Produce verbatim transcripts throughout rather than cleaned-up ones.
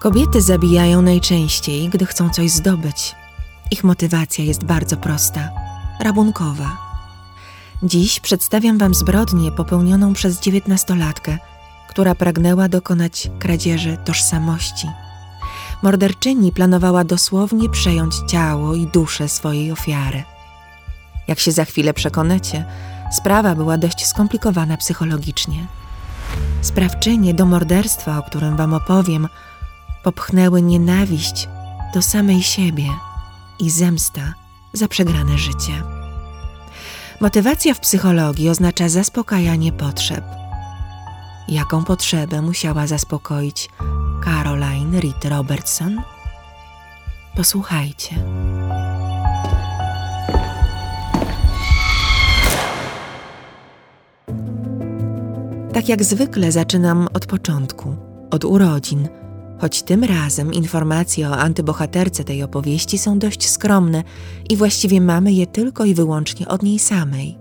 Kobiety zabijają najczęściej, gdy chcą coś zdobyć. Ich motywacja jest bardzo prosta, rabunkowa. Dziś przedstawiam wam zbrodnię popełnioną przez dziewiętnastolatkę, która pragnęła dokonać kradzieży tożsamości. Morderczyni planowała dosłownie przejąć ciało i duszę swojej ofiary. Jak się za chwilę przekonacie, sprawa była dość skomplikowana psychologicznie. Sprawczynie do morderstwa, o którym wam opowiem, popchnęły nienawiść do samej siebie i zemsta za przegrane życie. Motywacja w psychologii oznacza zaspokajanie potrzeb. Jaką potrzebę musiała zaspokoić Caroline Reed Robertson? Posłuchajcie. Tak jak zwykle zaczynam od początku, od urodzin, choć tym razem informacje o antybohaterce tej opowieści są dość skromne i właściwie mamy je tylko i wyłącznie od niej samej.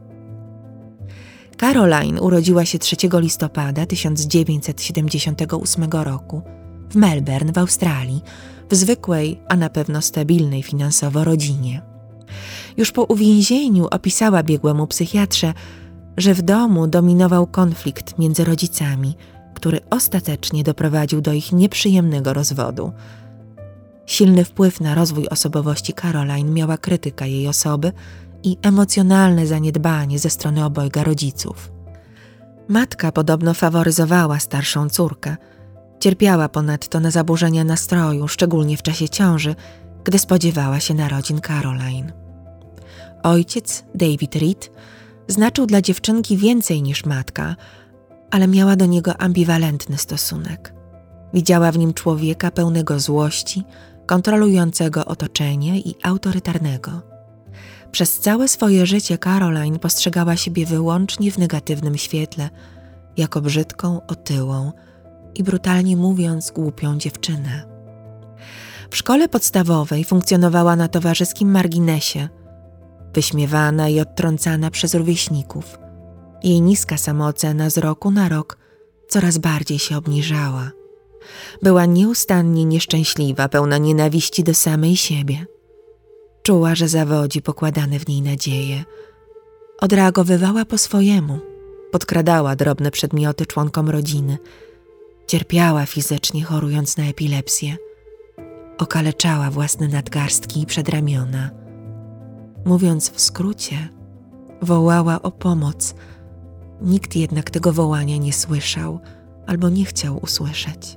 Caroline urodziła się trzeciego listopada tysiąc dziewięćset siedemdziesiątego ósmego roku w Melbourne w Australii, w zwykłej, a na pewno stabilnej finansowo rodzinie. Już po uwięzieniu opisała biegłemu psychiatrze, że w domu dominował konflikt między rodzicami, który ostatecznie doprowadził do ich nieprzyjemnego rozwodu. Silny wpływ na rozwój osobowości Caroline miała krytyka jej osoby i emocjonalne zaniedbanie ze strony obojga rodziców. Matka podobno faworyzowała starszą córkę. Cierpiała ponadto na zaburzenia nastroju, szczególnie w czasie ciąży, gdy spodziewała się narodzin Caroline. Ojciec, David Reed, znaczył dla dziewczynki więcej niż matka, ale miała do niego ambiwalentny stosunek. Widziała w nim człowieka pełnego złości, kontrolującego otoczenie i autorytarnego. Przez całe swoje życie Caroline postrzegała siebie wyłącznie w negatywnym świetle, jako brzydką, otyłą i brutalnie mówiąc głupią dziewczynę. W szkole podstawowej funkcjonowała na towarzyskim marginesie, wyśmiewana i odtrącana przez rówieśników. Jej niska samoocena z roku na rok coraz bardziej się obniżała. Była nieustannie nieszczęśliwa, pełna nienawiści do samej siebie. Czuła, że zawodzi pokładane w niej nadzieje. Odreagowywała po swojemu, podkradała drobne przedmioty członkom rodziny, cierpiała fizycznie, chorując na epilepsję, okaleczała własne nadgarstki i przedramiona. Mówiąc w skrócie, wołała o pomoc. Nikt jednak tego wołania nie słyszał albo nie chciał usłyszeć.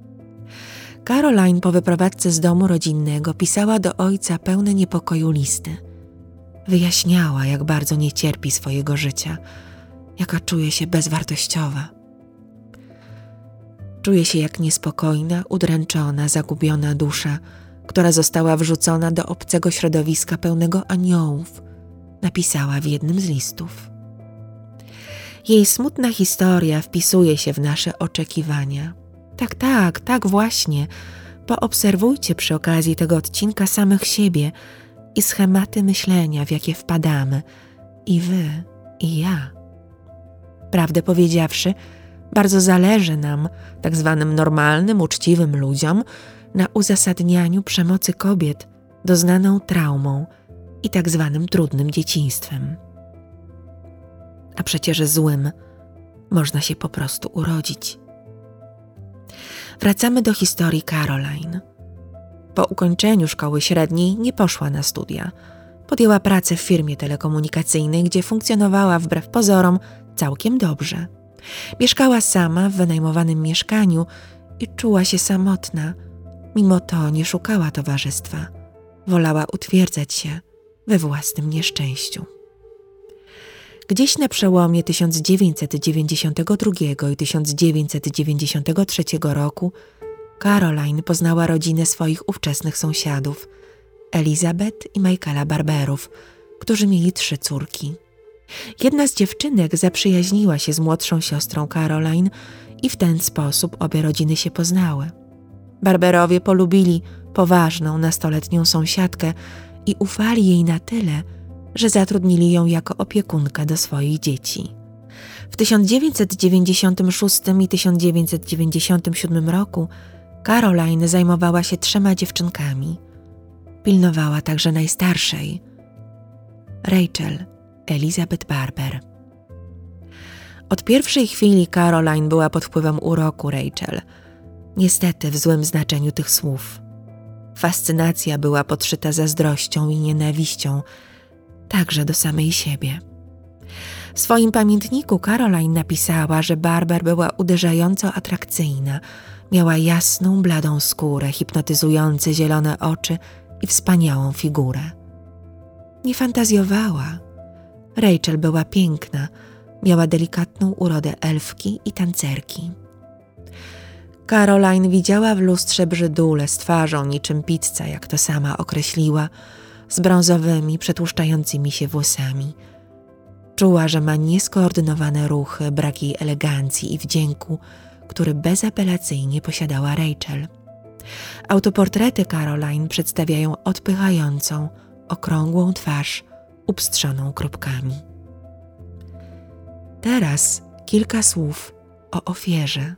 Caroline po wyprowadzce z domu rodzinnego pisała do ojca pełne niepokoju listy. Wyjaśniała, jak bardzo nie cierpi swojego życia, jaka czuje się bezwartościowa. Czuje się jak niespokojna, udręczona, zagubiona dusza, która została wrzucona do obcego środowiska pełnego aniołów, napisała w jednym z listów. Jej smutna historia wpisuje się w nasze oczekiwania. Tak, tak, tak właśnie. Poobserwujcie przy okazji tego odcinka samych siebie i schematy myślenia, w jakie wpadamy. I wy, i ja. Prawdę powiedziawszy, bardzo zależy nam, tak zwanym normalnym, uczciwym ludziom, na uzasadnianiu przemocy kobiet doznaną traumą i tak zwanym trudnym dzieciństwem. A przecież złym można się po prostu urodzić. Wracamy do historii Caroline. Po ukończeniu szkoły średniej nie poszła na studia. Podjęła pracę w firmie telekomunikacyjnej, gdzie funkcjonowała wbrew pozorom całkiem dobrze. Mieszkała sama w wynajmowanym mieszkaniu i czuła się samotna. Mimo to nie szukała towarzystwa. Wolała utwierdzać się we własnym nieszczęściu. Gdzieś na przełomie tysiąc dziewięćset dziewięćdziesiątego drugiego i tysiąc dziewięćset dziewięćdziesiątego trzeciego roku Caroline poznała rodzinę swoich ówczesnych sąsiadów, Elizabeth i Michaela Barberów, którzy mieli trzy córki. Jedna z dziewczynek zaprzyjaźniła się z młodszą siostrą Caroline i w ten sposób obie rodziny się poznały. Barberowie polubili poważną, nastoletnią sąsiadkę i ufali jej na tyle, że zatrudnili ją jako opiekunkę do swoich dzieci. W tysiąc dziewięćset dziewięćdziesiątym szóstym i tysiąc dziewięćset dziewięćdziesiątym siódmym roku Caroline zajmowała się trzema dziewczynkami. Pilnowała także najstarszej, Rachel Elizabeth Barber. Od pierwszej chwili Caroline była pod wpływem uroku Rachel, niestety w złym znaczeniu tych słów. Fascynacja była podszyta zazdrością i nienawiścią, także do samej siebie. W swoim pamiętniku Caroline napisała, że Barber była uderzająco atrakcyjna, miała jasną, bladą skórę, hipnotyzujące zielone oczy i wspaniałą figurę. Nie fantazjowała. Rachel była piękna, miała delikatną urodę elfki i tancerki. Caroline widziała w lustrze brzydulę z twarzą niczym pizza, jak to sama określiła, z brązowymi, przetłuszczającymi się włosami. Czuła, że ma nieskoordynowane ruchy, brak jej elegancji i wdzięku, który bezapelacyjnie posiadała Rachel. Autoportrety Caroline przedstawiają odpychającą, okrągłą twarz, upstrzoną kropkami. Teraz kilka słów o ofierze.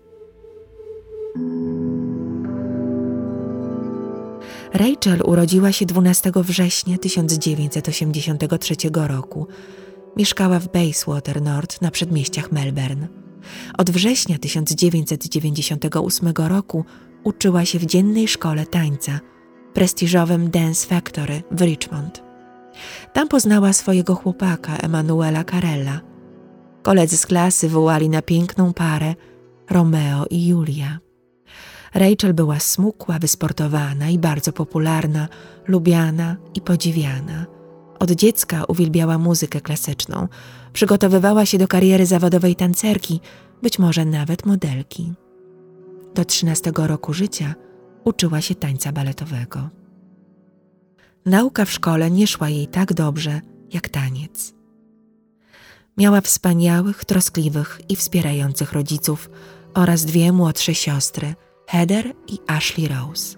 Rachel urodziła się dwunastego września tysiąc dziewięćset osiemdziesiątego trzeciego roku. Mieszkała w Bayswater North na przedmieściach Melbourne. Od września tysiąc dziewięćset dziewięćdziesiątego ósmego roku uczyła się w dziennej szkole tańca, prestiżowym Dance Factory w Richmond. Tam poznała swojego chłopaka Emanuela Carella. Koledzy z klasy wołali na piękną parę Romeo i Julia. Rachel była smukła, wysportowana i bardzo popularna, lubiana i podziwiana. Od dziecka uwielbiała muzykę klasyczną, przygotowywała się do kariery zawodowej tancerki, być może nawet modelki. Do trzynastego roku życia uczyła się tańca baletowego. Nauka w szkole nie szła jej tak dobrze jak taniec. Miała wspaniałych, troskliwych i wspierających rodziców oraz dwie młodsze siostry, Heather i Ashley Rose.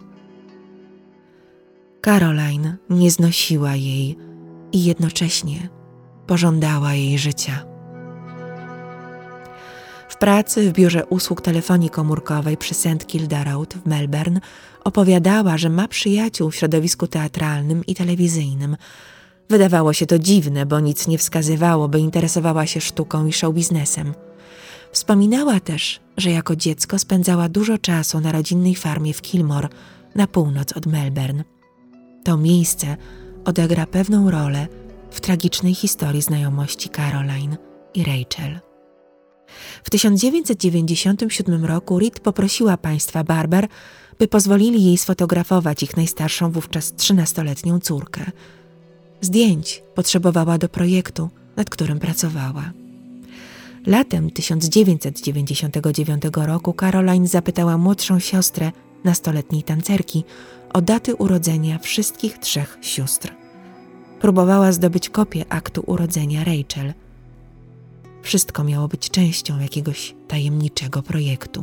Caroline nie znosiła jej i jednocześnie pożądała jej życia. W pracy w biurze usług telefonii komórkowej przy Saint Kilda Road w Melbourne opowiadała, że ma przyjaciół w środowisku teatralnym i telewizyjnym. Wydawało się to dziwne, bo nic nie wskazywało, by interesowała się sztuką i showbiznesem. Wspominała też, że jako dziecko spędzała dużo czasu na rodzinnej farmie w Kilmore, na północ od Melbourne. To miejsce odegra pewną rolę w tragicznej historii znajomości Caroline i Rachel. W tysiąc dziewięćset dziewięćdziesiątym siódmym roku Reed poprosiła państwa Barber, by pozwolili jej sfotografować ich najstarszą wówczas trzynastoletnią córkę. Zdjęć potrzebowała do projektu, nad którym pracowała. Latem tysiąc dziewięćset dziewięćdziesiątego dziewiątego roku Caroline zapytała młodszą siostrę, nastoletniej tancerki, o daty urodzenia wszystkich trzech sióstr. Próbowała zdobyć kopię aktu urodzenia Rachel. Wszystko miało być częścią jakiegoś tajemniczego projektu.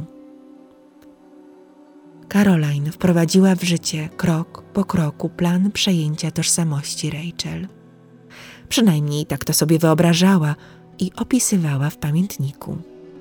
Caroline wprowadziła w życie krok po kroku plan przejęcia tożsamości Rachel. Przynajmniej tak to sobie wyobrażała i opisywała w pamiętniku.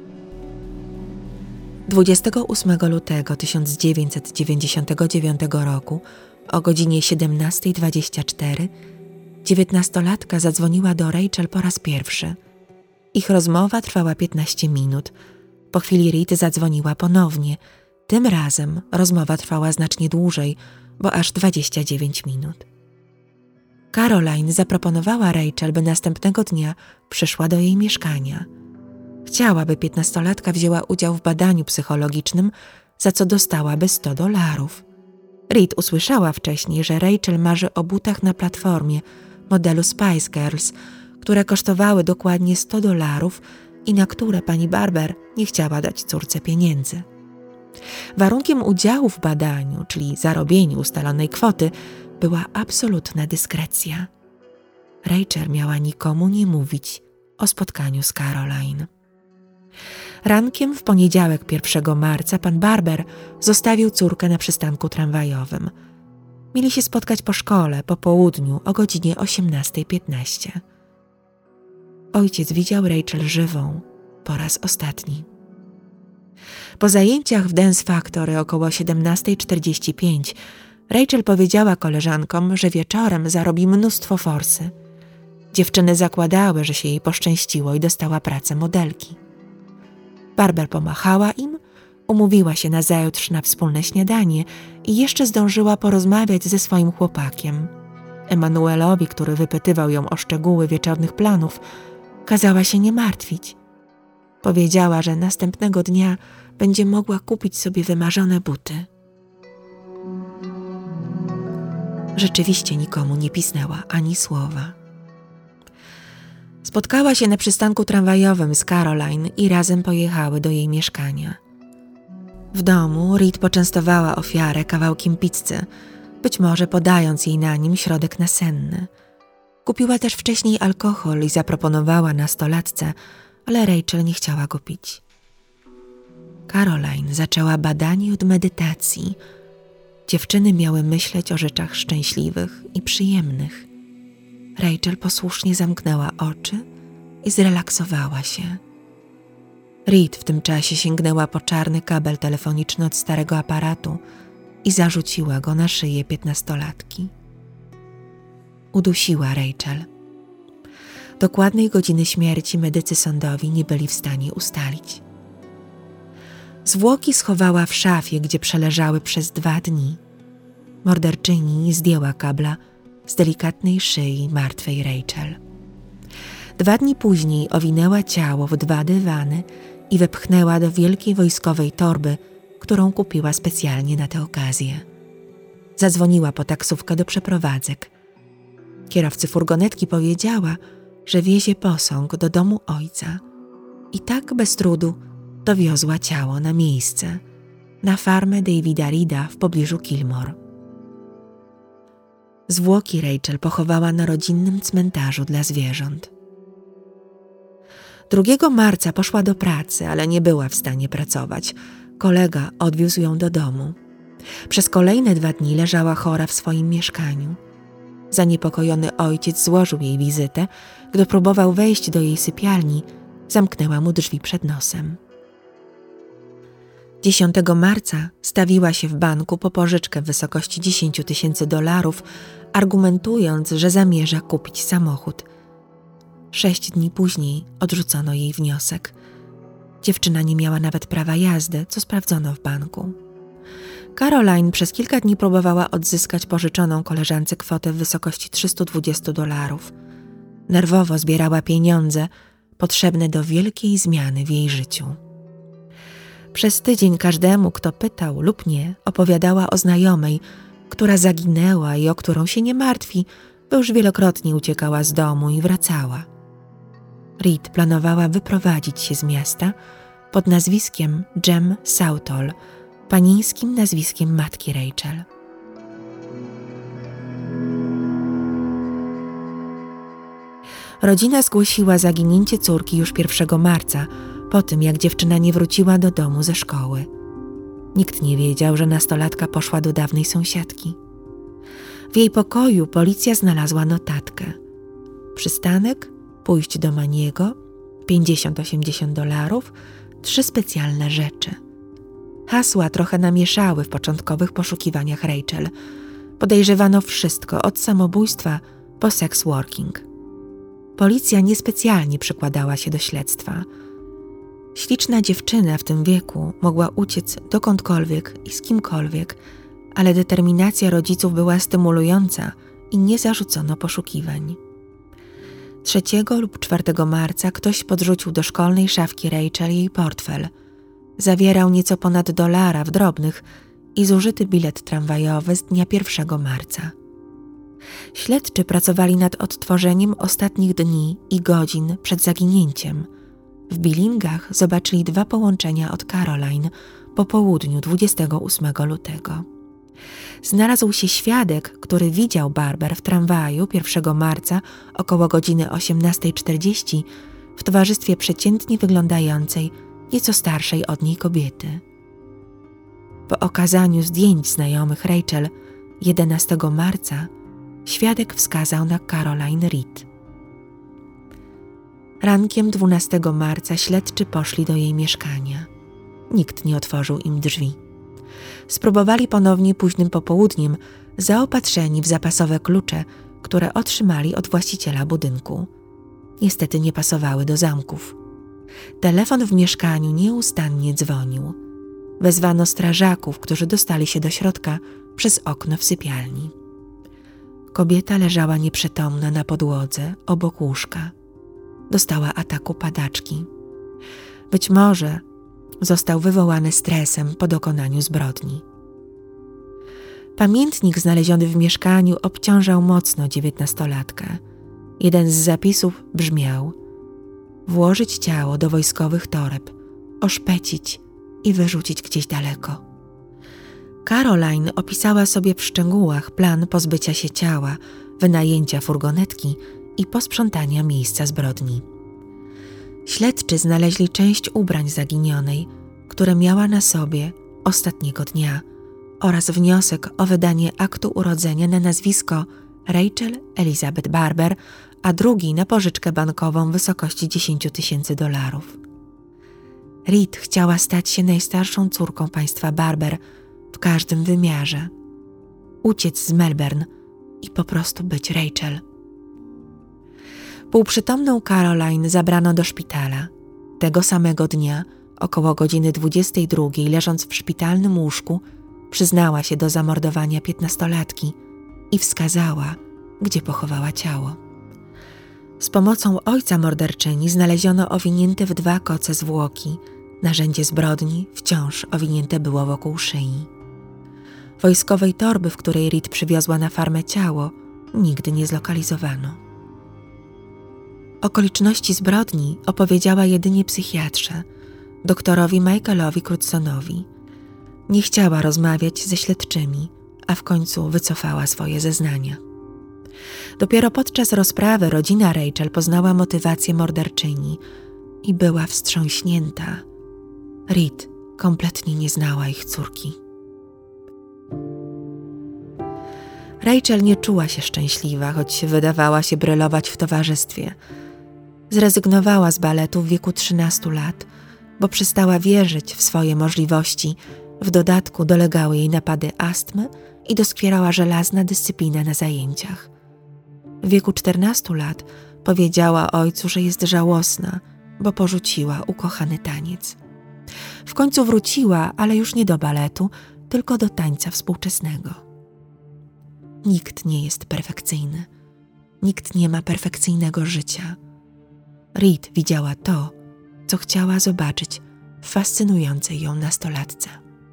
dwudziestego ósmego lutego tysiąc dziewięćset dziewięćdziesiątego dziewiątego roku o godzinie siedemnasta dwadzieścia cztery dziewiętnastolatka zadzwoniła do Rachel po raz pierwszy. Ich rozmowa trwała piętnaście minut. Po chwili Reed zadzwoniła ponownie. Tym razem rozmowa trwała znacznie dłużej, bo aż dwadzieścia dziewięć minut. Caroline zaproponowała Rachel, by następnego dnia przyszła do jej mieszkania. Chciała, by piętnastolatka wzięła udział w badaniu psychologicznym, za co dostałaby sto dolarów. Reed usłyszała wcześniej, że Rachel marzy o butach na platformie modelu Spice Girls, które kosztowały dokładnie sto dolarów i na które pani Barber nie chciała dać córce pieniędzy. Warunkiem udziału w badaniu, czyli zarobieniu ustalonej kwoty, była absolutna dyskrecja. Rachel miała nikomu nie mówić o spotkaniu z Caroline. Rankiem w poniedziałek pierwszego marca pan Barber zostawił córkę na przystanku tramwajowym. Mieli się spotkać po szkole, po południu o godzinie osiemnasta piętnaście. Ojciec widział Rachel żywą po raz ostatni. Po zajęciach w Dance Factory około siedemnasta czterdzieści pięć Rachel powiedziała koleżankom, że wieczorem zarobi mnóstwo forsy. Dziewczyny zakładały, że się jej poszczęściło i dostała pracę modelki. Barber pomachała im, umówiła się nazajutrz na wspólne śniadanie i jeszcze zdążyła porozmawiać ze swoim chłopakiem. Emanuelowi, który wypytywał ją o szczegóły wieczornych planów, kazała się nie martwić. Powiedziała, że następnego dnia będzie mogła kupić sobie wymarzone buty. Rzeczywiście nikomu nie pisnęła ani słowa. Spotkała się na przystanku tramwajowym z Caroline i razem pojechały do jej mieszkania. W domu Reed poczęstowała ofiarę kawałkiem pizzy, być może podając jej na nim środek nasenny. Kupiła też wcześniej alkohol i zaproponowała nastolatce, ale Rachel nie chciała go pić. Caroline zaczęła badanie od medytacji. Dziewczyny miały myśleć o rzeczach szczęśliwych i przyjemnych. Rachel posłusznie zamknęła oczy i zrelaksowała się. Reed w tym czasie sięgnęła po czarny kabel telefoniczny od starego aparatu i zarzuciła go na szyję piętnastolatki. Udusiła Rachel. Dokładnej godziny śmierci medycy sądowi nie byli w stanie ustalić. Zwłoki schowała w szafie, gdzie przeleżały przez dwa dni. Morderczyni zdjęła kabla z delikatnej szyi martwej Rachel. Dwa dni później owinęła ciało w dwa dywany i wepchnęła do wielkiej wojskowej torby, którą kupiła specjalnie na tę okazję. Zadzwoniła po taksówkę do przeprowadzek. Kierowcy furgonetki powiedziała, że wiezie posąg do domu ojca i tak bez trudu dowiozła ciało na miejsce, na farmę Davida Reeda w pobliżu Kilmore. Zwłoki Rachel pochowała na rodzinnym cmentarzu dla zwierząt. drugiego marca poszła do pracy, ale nie była w stanie pracować. Kolega odwiózł ją do domu. Przez kolejne dwa dni leżała chora w swoim mieszkaniu. Zaniepokojony ojciec złożył jej wizytę. Gdy próbował wejść do jej sypialni, zamknęła mu drzwi przed nosem. dziesiątego marca stawiła się w banku po pożyczkę w wysokości dziesięć tysięcy dolarów, argumentując, że zamierza kupić samochód. Sześć dni później odrzucono jej wniosek. Dziewczyna nie miała nawet prawa jazdy, co sprawdzono w banku. Caroline przez kilka dni próbowała odzyskać pożyczoną koleżance kwotę w wysokości trzysta dwadzieścia dolarów. Nerwowo zbierała pieniądze potrzebne do wielkiej zmiany w jej życiu. Przez tydzień każdemu, kto pytał lub nie, opowiadała o znajomej, która zaginęła i o którą się nie martwi, bo już wielokrotnie uciekała z domu i wracała. Reed planowała wyprowadzić się z miasta pod nazwiskiem Jem Southall, panieńskim nazwiskiem matki Rachel. Rodzina zgłosiła zaginięcie córki już pierwszego marca, po tym jak dziewczyna nie wróciła do domu ze szkoły. Nikt nie wiedział, że nastolatka poszła do dawnej sąsiadki. W jej pokoju policja znalazła notatkę. Przystanek, pójść do Maniego, pięćdziesiąt osiemdziesiąt dolarów, trzy specjalne rzeczy. Hasła trochę namieszały w początkowych poszukiwaniach Rachel. Podejrzewano wszystko, od samobójstwa po sex working. Policja niespecjalnie przykładała się do śledztwa. Śliczna dziewczyna w tym wieku mogła uciec dokądkolwiek i z kimkolwiek, ale determinacja rodziców była stymulująca i nie zarzucono poszukiwań. Trzeciego lub czwartego marca ktoś podrzucił do szkolnej szafki Rachel jej portfel. Zawierał nieco ponad dolara w drobnych i zużyty bilet tramwajowy z dnia pierwszego marca. Śledczy pracowali nad odtworzeniem ostatnich dni i godzin przed zaginięciem. W Billingach zobaczyli dwa połączenia od Caroline po południu dwudziestego ósmego lutego. Znalazł się świadek, który widział Barber w tramwaju pierwszego marca około godziny osiemnastej czterdzieści w towarzystwie przeciętnie wyglądającej, nieco starszej od niej kobiety. Po okazaniu zdjęć znajomych Rachel jedenastego marca świadek wskazał na Caroline Reed. Rankiem dwunastego marca śledczy poszli do jej mieszkania. Nikt nie otworzył im drzwi. Spróbowali ponownie późnym popołudniem, zaopatrzeni w zapasowe klucze, które otrzymali od właściciela budynku. Niestety nie pasowały do zamków. Telefon w mieszkaniu nieustannie dzwonił. Wezwano strażaków, którzy dostali się do środka przez okno w sypialni. Kobieta leżała nieprzytomna na podłodze obok łóżka. Dostała ataku padaczki. Być może został wywołany stresem po dokonaniu zbrodni. Pamiętnik znaleziony w mieszkaniu obciążał mocno dziewiętnastolatkę. Jeden z zapisów brzmiał: włożyć ciało do wojskowych toreb, oszpecić i wyrzucić gdzieś daleko. Caroline opisała sobie w szczegółach plan pozbycia się ciała, wynajęcia furgonetki i posprzątania miejsca zbrodni. Śledczy znaleźli część ubrań zaginionej, które miała na sobie ostatniego dnia, oraz wniosek o wydanie aktu urodzenia na nazwisko Rachel Elizabeth Barber, a drugi na pożyczkę bankową w wysokości dziesięć tysięcy dolarów. Reed chciała stać się najstarszą córką państwa Barber w każdym wymiarze, uciec z Melbourne i po prostu być Rachel. Półprzytomną Caroline zabrano do szpitala. Tego samego dnia, około godziny dwudziestej drugiej, leżąc w szpitalnym łóżku, przyznała się do zamordowania piętnastolatki i wskazała, gdzie pochowała ciało. Z pomocą ojca morderczyni znaleziono owinięte w dwa koce zwłoki. Narzędzie zbrodni wciąż owinięte było wokół szyi. Wojskowej torby, w której Reed przywiozła na farmę ciało, nigdy nie zlokalizowano. Okoliczności zbrodni opowiedziała jedynie psychiatrze, doktorowi Michaelowi Crutzen. Nie chciała rozmawiać ze śledczymi, a w końcu wycofała swoje zeznania. Dopiero podczas rozprawy rodzina Rachel poznała motywację morderczyni i była wstrząśnięta. Reed kompletnie nie znała ich córki. Rachel nie czuła się szczęśliwa, choć wydawała się brylować w towarzystwie. Zrezygnowała z baletu w wieku trzynastu lat, bo przestała wierzyć w swoje możliwości. W dodatku dolegały jej napady astmy i doskwierała żelazna dyscyplina na zajęciach. W wieku czternastu lat powiedziała ojcu, że jest żałosna, bo porzuciła ukochany taniec. W końcu wróciła, ale już nie do baletu, tylko do tańca współczesnego. Nikt nie jest perfekcyjny. Nikt nie ma perfekcyjnego życia. Reed widziała to, co chciała zobaczyć w fascynującej ją nastolatce.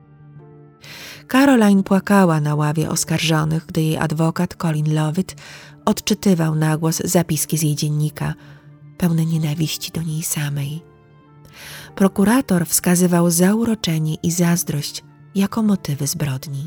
Caroline płakała na ławie oskarżonych, gdy jej adwokat Colin Lovett odczytywał na głos zapiski z jej dziennika, pełne nienawiści do niej samej. Prokurator wskazywał zauroczenie i zazdrość jako motywy zbrodni.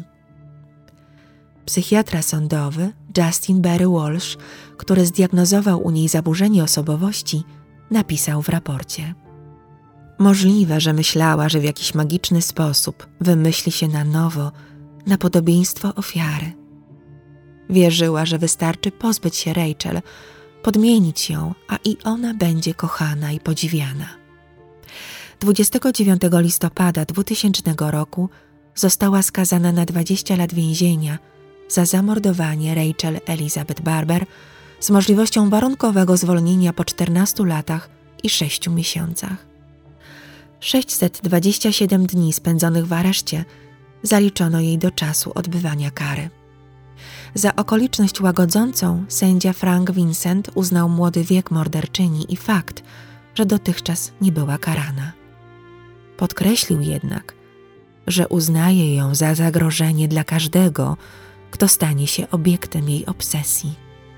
Psychiatra sądowy Justin Barry Walsh, który zdiagnozował u niej zaburzenie osobowości, napisał w raporcie: możliwe, że myślała, że w jakiś magiczny sposób wymyśli się na nowo na podobieństwo ofiary. Wierzyła, że wystarczy pozbyć się Rachel, podmienić ją, a i ona będzie kochana i podziwiana. dwudziestego dziewiątego listopada dwutysięcznego roku została skazana na dwadzieścia lat więzienia za zamordowanie Rachel Elizabeth Barber z możliwością warunkowego zwolnienia po czternastu latach i sześciu miesiącach. sześćset dwadzieścia siedem dni spędzonych w areszcie zaliczono jej do czasu odbywania kary. Za okoliczność łagodzącą sędzia Frank Vincent uznał młody wiek morderczyni i fakt, że dotychczas nie była karana. Podkreślił jednak, że uznaje ją za zagrożenie dla każdego, kto stanie się obiektem jej obsesji.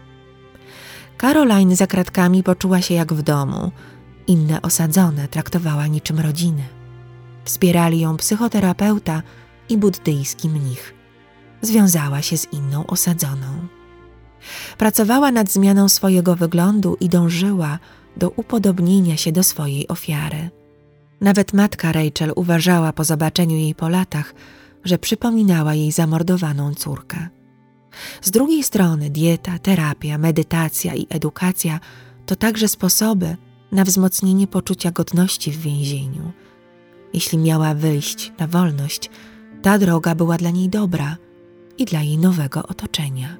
Caroline za kratkami poczuła się jak w domu. Inne osadzone traktowała niczym rodzinę. Wspierali ją psychoterapeuta i buddyjski mnich. Związała się z inną osadzoną. Pracowała nad zmianą swojego wyglądu i dążyła do upodobnienia się do swojej ofiary. Nawet matka Rachel uważała po zobaczeniu jej po latach, że przypominała jej zamordowaną córkę. Z drugiej strony dieta, terapia, medytacja i edukacja to także sposoby na wzmocnienie poczucia godności w więzieniu. Jeśli miała wyjść na wolność, ta droga była dla niej dobra i dla jej nowego otoczenia.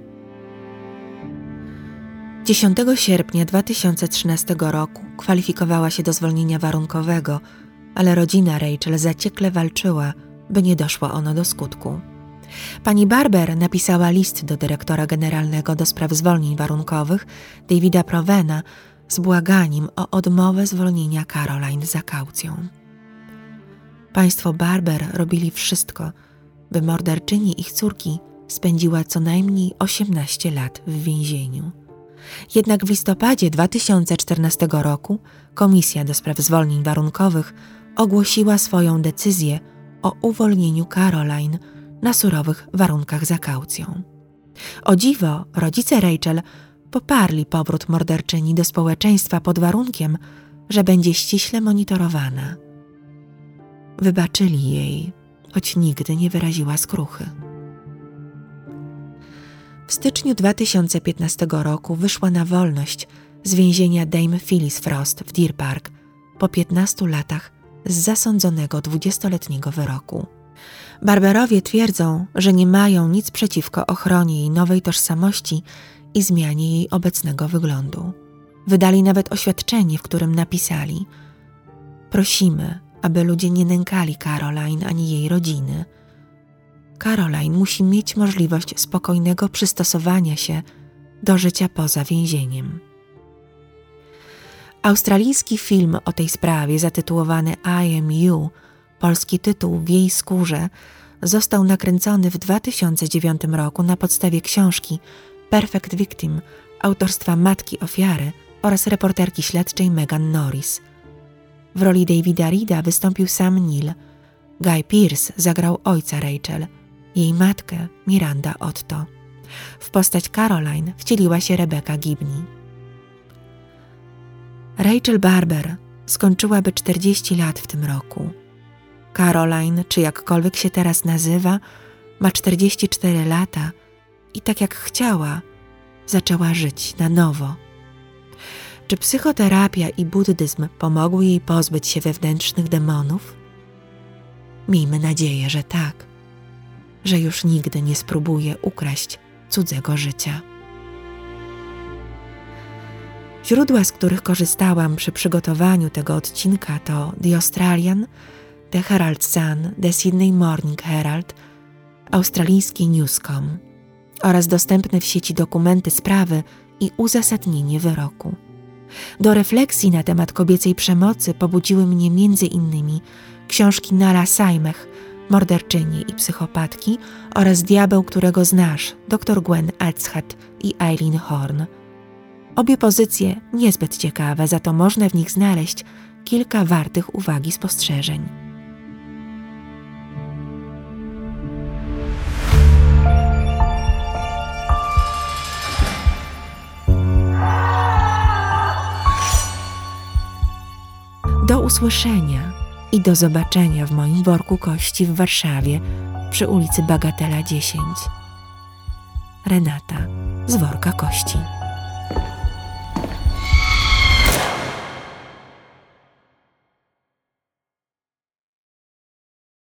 dziesiątego sierpnia dwa tysiące trzynastego roku kwalifikowała się do zwolnienia warunkowego, ale rodzina Rachel zaciekle walczyła, by nie doszło ono do skutku. Pani Barber napisała list do dyrektora generalnego do spraw zwolnień warunkowych, Davida Provena, z błaganiem o odmowę zwolnienia Caroline za kaucją. Państwo Barber robili wszystko, by morderczyni ich córki spędziła co najmniej osiemnaście lat w więzieniu. Jednak w listopadzie dwa tysiące czternastego roku Komisja do spraw zwolnień warunkowych ogłosiła swoją decyzję o uwolnieniu Caroline na surowych warunkach za kaucją. O dziwo, rodzice Rachel poparli powrót morderczyni do społeczeństwa pod warunkiem, że będzie ściśle monitorowana. Wybaczyli jej, choć nigdy nie wyraziła skruchy. W styczniu dwa tysiące piętnastego roku wyszła na wolność z więzienia Dame Phyllis Frost w Deer Park po piętnastu latach z zasądzonego dwudziestoletniego wyroku. Barberowie twierdzą, że nie mają nic przeciwko ochronie jej nowej tożsamości i zmianie jej obecnego wyglądu. Wydali nawet oświadczenie, w którym napisali: prosimy, aby ludzie nie nękali Caroline ani jej rodziny. Caroline musi mieć możliwość spokojnego przystosowania się do życia poza więzieniem. Australijski film o tej sprawie zatytułowany I Am You, polski tytuł W jej skórze, został nakręcony w dwa tysiące dziewiątym roku na podstawie książki Perfect Victim autorstwa matki ofiary oraz reporterki śledczej Megan Norris. W roli Davida Reeda wystąpił sam Neil. Guy Pearce zagrał ojca Rachel, jej matkę Miranda Otto. W postać Caroline wcieliła się Rebecca Gibney. Rachel Barber skończyłaby czterdzieści lat w tym roku. Caroline, czy jakkolwiek się teraz nazywa, ma czterdzieści cztery lata i tak jak chciała, zaczęła żyć na nowo. Czy psychoterapia i buddyzm pomogły jej pozbyć się wewnętrznych demonów? Miejmy nadzieję, że tak, że już nigdy nie spróbuje ukraść cudzego życia. Źródła, z których korzystałam przy przygotowaniu tego odcinka, to The Australian, The Herald Sun, The Sydney Morning Herald, australijski Newscom oraz dostępne w sieci dokumenty sprawy i uzasadnienie wyroku. Do refleksji na temat kobiecej przemocy pobudziły mnie między innymi książki Nala Saimeh, Morderczyni i psychopatki oraz Diabeł, którego znasz, dr Gwen Elzhat i Eileen Horn. Obie pozycje niezbyt ciekawe, za to można w nich znaleźć kilka wartych uwagi spostrzeżeń. Do usłyszenia i do zobaczenia w moim worku kości w Warszawie przy ulicy Bagatela dziesięć. Renata z worka kości.